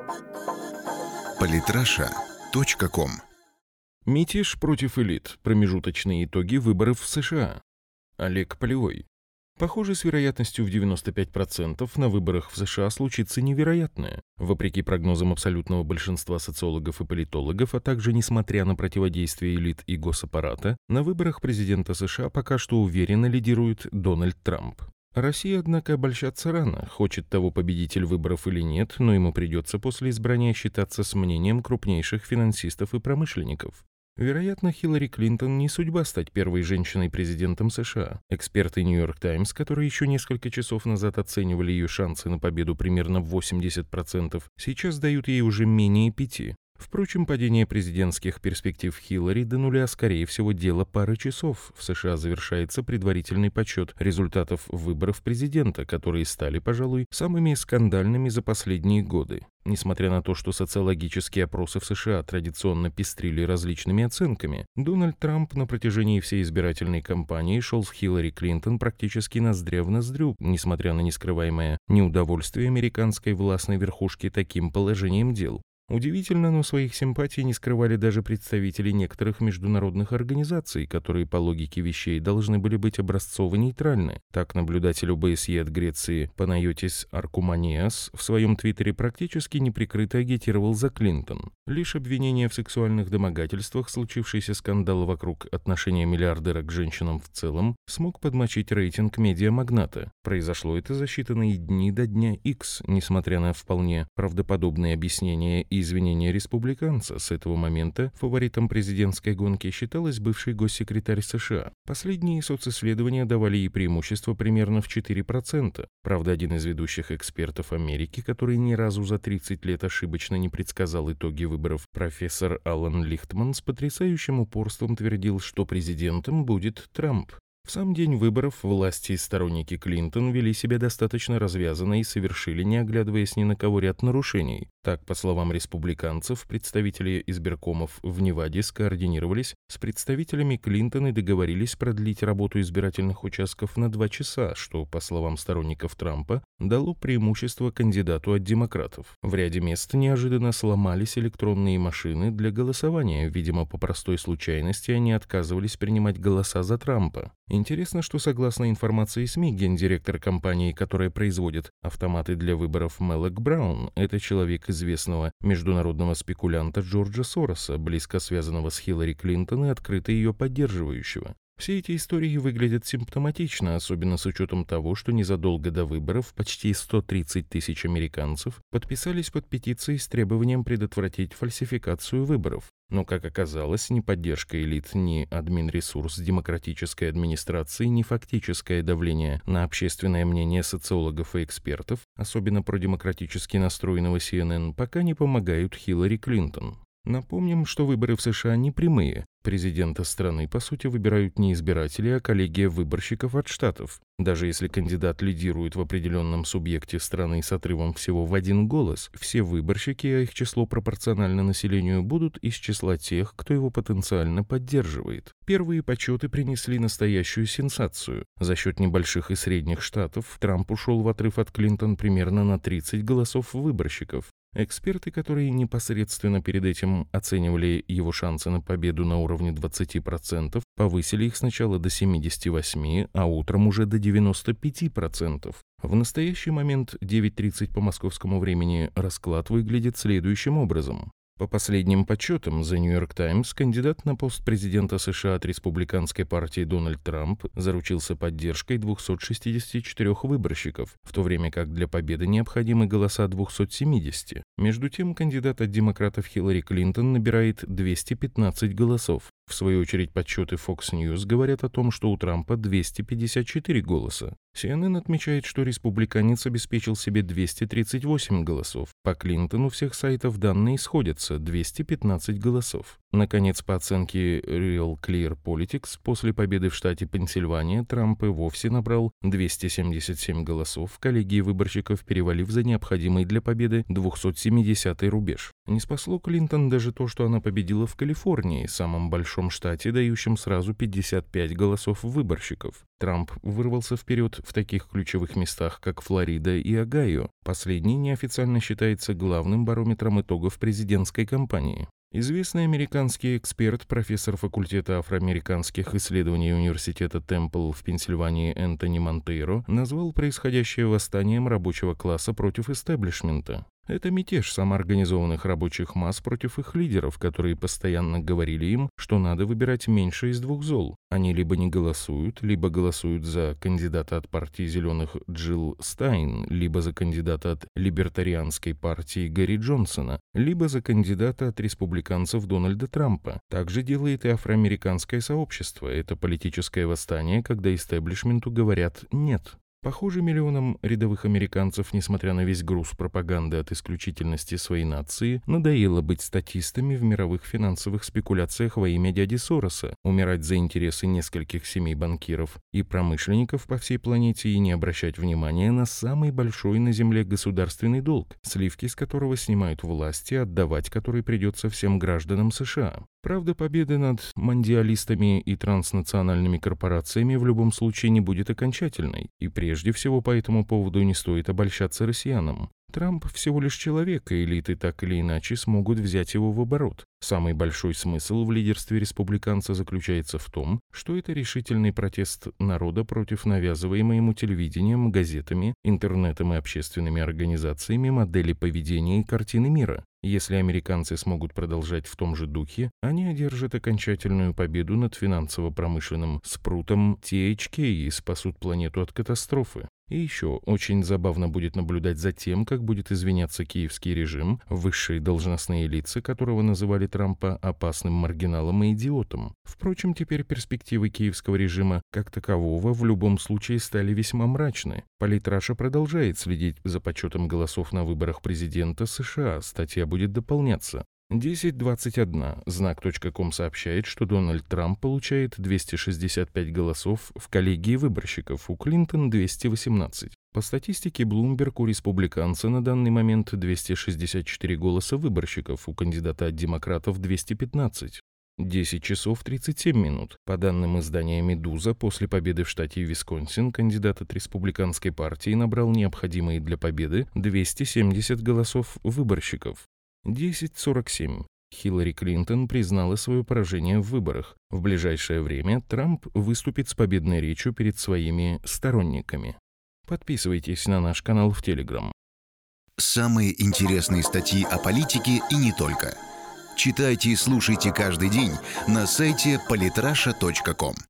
Политраша.ком. Мятеж против элит. Промежуточные итоги выборов в США. Олег Полевой. Похоже, с вероятностью в 95% на выборах в США случится невероятное. Вопреки прогнозам абсолютного большинства социологов и политологов, а также несмотря на противодействие элит и госаппарата, на выборах президента США пока что уверенно лидирует Дональд Трамп. Россия, однако, обольщаться рано, хочет того победитель выборов или нет, но ему придется после избрания считаться с мнением крупнейших финансистов и промышленников. Вероятно, Хиллари Клинтон не судьба стать первой женщиной-президентом США. Эксперты «Нью-Йорк Таймс», которые еще несколько часов назад оценивали ее шансы на победу примерно в 80%, сейчас дают ей уже менее 5%. Впрочем, падение президентских перспектив Хиллари до нуля, скорее всего, дело пары часов. В США завершается предварительный подсчет результатов выборов президента, которые стали, пожалуй, самыми скандальными за последние годы. Несмотря на то, что социологические опросы в США традиционно пестрили различными оценками, Дональд Трамп на протяжении всей избирательной кампании шел с Хиллари Клинтон практически ноздря в ноздрю, несмотря на нескрываемое неудовольствие американской властной верхушки таким положением дел. Удивительно, но своих симпатий не скрывали даже представители некоторых международных организаций, которые по логике вещей должны были быть образцово-нейтральны. Так, наблюдатель ОБСЕ от Греции Панайотис Аркуманиас в своем твиттере практически неприкрыто агитировал за Клинтон. Лишь обвинения в сексуальных домогательствах, случившийся скандал вокруг отношения миллиардера к женщинам в целом, смог подмочить рейтинг медиамагната. Произошло это за считанные дни до дня X, несмотря на вполне правдоподобные объяснения и извинения республиканца. С этого момента фаворитом президентской гонки считалась бывший госсекретарь США. Последние социсследования давали ей преимущество примерно в 4%. Правда, один из ведущих экспертов Америки, который ни разу за 30 лет ошибочно не предсказал итоги выборов, профессор Алан Лихтман, с потрясающим упорством твердил, что президентом будет Трамп. В сам день выборов власти и сторонники Клинтон вели себя достаточно развязанно и совершили, не оглядываясь ни на кого, ряд нарушений. Так, по словам республиканцев, представители избиркомов в Неваде скоординировались с представителями Клинтон и договорились продлить работу избирательных участков на 2 часа, что, по словам сторонников Трампа, дало преимущество кандидату от демократов. В ряде мест неожиданно сломались электронные машины для голосования. Видимо, по простой случайности они отказывались принимать голоса за Трампа. Интересно, что, согласно информации СМИ, гендиректор компании, которая производит автоматы для выборов, Мэлок Браун, это человек известного международного спекулянта Джорджа Сороса, близко связанного с Хиллари Клинтон и открыто ее поддерживающего. Все эти истории выглядят симптоматично, особенно с учетом того, что незадолго до выборов почти 130 тысяч американцев подписались под петицией с требованием предотвратить фальсификацию выборов. Но, как оказалось, ни поддержка элит, ни админресурс демократической администрации, ни фактическое давление на общественное мнение социологов и экспертов, особенно продемократически настроенного CNN, пока не помогают Хиллари Клинтон. Напомним, что выборы в США не прямые. Президента страны, по сути, выбирают не избиратели, а коллегия выборщиков от штатов. Даже если кандидат лидирует в определенном субъекте страны с отрывом всего в 1 голос, все выборщики, а их число пропорционально населению, будут из числа тех, кто его потенциально поддерживает. Первые подсчеты принесли настоящую сенсацию. За счет небольших и средних штатов Трамп ушел в отрыв от Клинтон примерно на 30 голосов выборщиков. Эксперты, которые непосредственно перед этим оценивали его шансы на победу на уровне 20%, повысили их сначала до 78%, а утром уже до 95%. В настоящий момент 9:30 по московскому времени расклад выглядит следующим образом. По последним подсчетам The New York Times, кандидат на пост президента США от республиканской партии Дональд Трамп заручился поддержкой 264 выборщиков, в то время как для победы необходимы голоса 270. Между тем, кандидат от демократов Хиллари Клинтон набирает 215 голосов. В свою очередь, подсчеты Fox News говорят о том, что у Трампа 254 голоса. CNN отмечает, что республиканец обеспечил себе 238 голосов. По Клинтону всех сайтов данные сходятся – 215 голосов. Наконец, по оценке Real Clear Politics, после победы в штате Пенсильвания Трамп и вовсе набрал 277 голосов, коллегии выборщиков перевалив за необходимый для победы 270-й рубеж. Не спасло Клинтон даже то, что она победила в Калифорнии, самом большом штате, дающем сразу 55 голосов выборщиков. Трамп вырвался вперед в таких ключевых местах, как Флорида и Огайо. Последний неофициально считается главным барометром итогов президентской кампании. Известный американский эксперт, профессор факультета афроамериканских исследований университета Темпл в Пенсильвании Энтони Монтейро назвал происходящее восстанием рабочего класса против истеблишмента. Это мятеж самоорганизованных рабочих масс против их лидеров, которые постоянно говорили им, что надо выбирать меньше из двух зол. Они либо не голосуют, либо голосуют за кандидата от партии зеленых Джилл Стайн, либо за кандидата от либертарианской партии Гэри Джонсона, либо за кандидата от республиканцев Дональда Трампа. Так же делает и афроамериканское сообщество. Это политическое восстание, когда истеблишменту говорят «нет». Похоже, миллионам рядовых американцев, несмотря на весь груз пропаганды от исключительности своей нации, надоело быть статистами в мировых финансовых спекуляциях во имя дяди Сороса, умирать за интересы нескольких семей банкиров и промышленников по всей планете и не обращать внимания на самый большой на Земле государственный долг, сливки с которого снимают власти, отдавать который придется всем гражданам США. Правда, победы над мондиалистами и транснациональными корпорациями в любом случае не будет окончательной, и прежде всего по этому поводу не стоит обольщаться россиянам. Трамп всего лишь человек, и элиты так или иначе смогут взять его в оборот. Самый большой смысл в лидерстве республиканца заключается в том, что это решительный протест народа против навязываемой ему телевидением, газетами, интернетом и общественными организациями модели поведения и картины мира. Если американцы смогут продолжать в том же духе, они одержат окончательную победу над финансово-промышленным спрутом THK и спасут планету от катастрофы. И еще очень забавно будет наблюдать за тем, как будет извиняться киевский режим, высшие должностные лица которого называли Трампа опасным маргиналом и идиотом. Впрочем, теперь перспективы киевского режима как такового в любом случае стали весьма мрачны. Политраша продолжает следить за подсчетом голосов на выборах президента США, статья будет дополняться. 10:21. Знак.ком сообщает, что Дональд Трамп получает 265 голосов в коллегии выборщиков, у Клинтон 218. По статистике Bloomberg у республиканца на данный момент 264 голоса выборщиков, у кандидата от демократов 215. 10 часов 37 минут. По данным издания «Медуза», после победы в штате Висконсин кандидат от республиканской партии набрал необходимые для победы 270 голосов выборщиков. 10:47. Хиллари Клинтон признала свое поражение в выборах. В ближайшее время Трамп выступит с победной речью перед своими сторонниками. Подписывайтесь на наш канал в Telegram. Самые интересные статьи о политике и не только. Читайте и слушайте каждый день на сайте politrasha.com.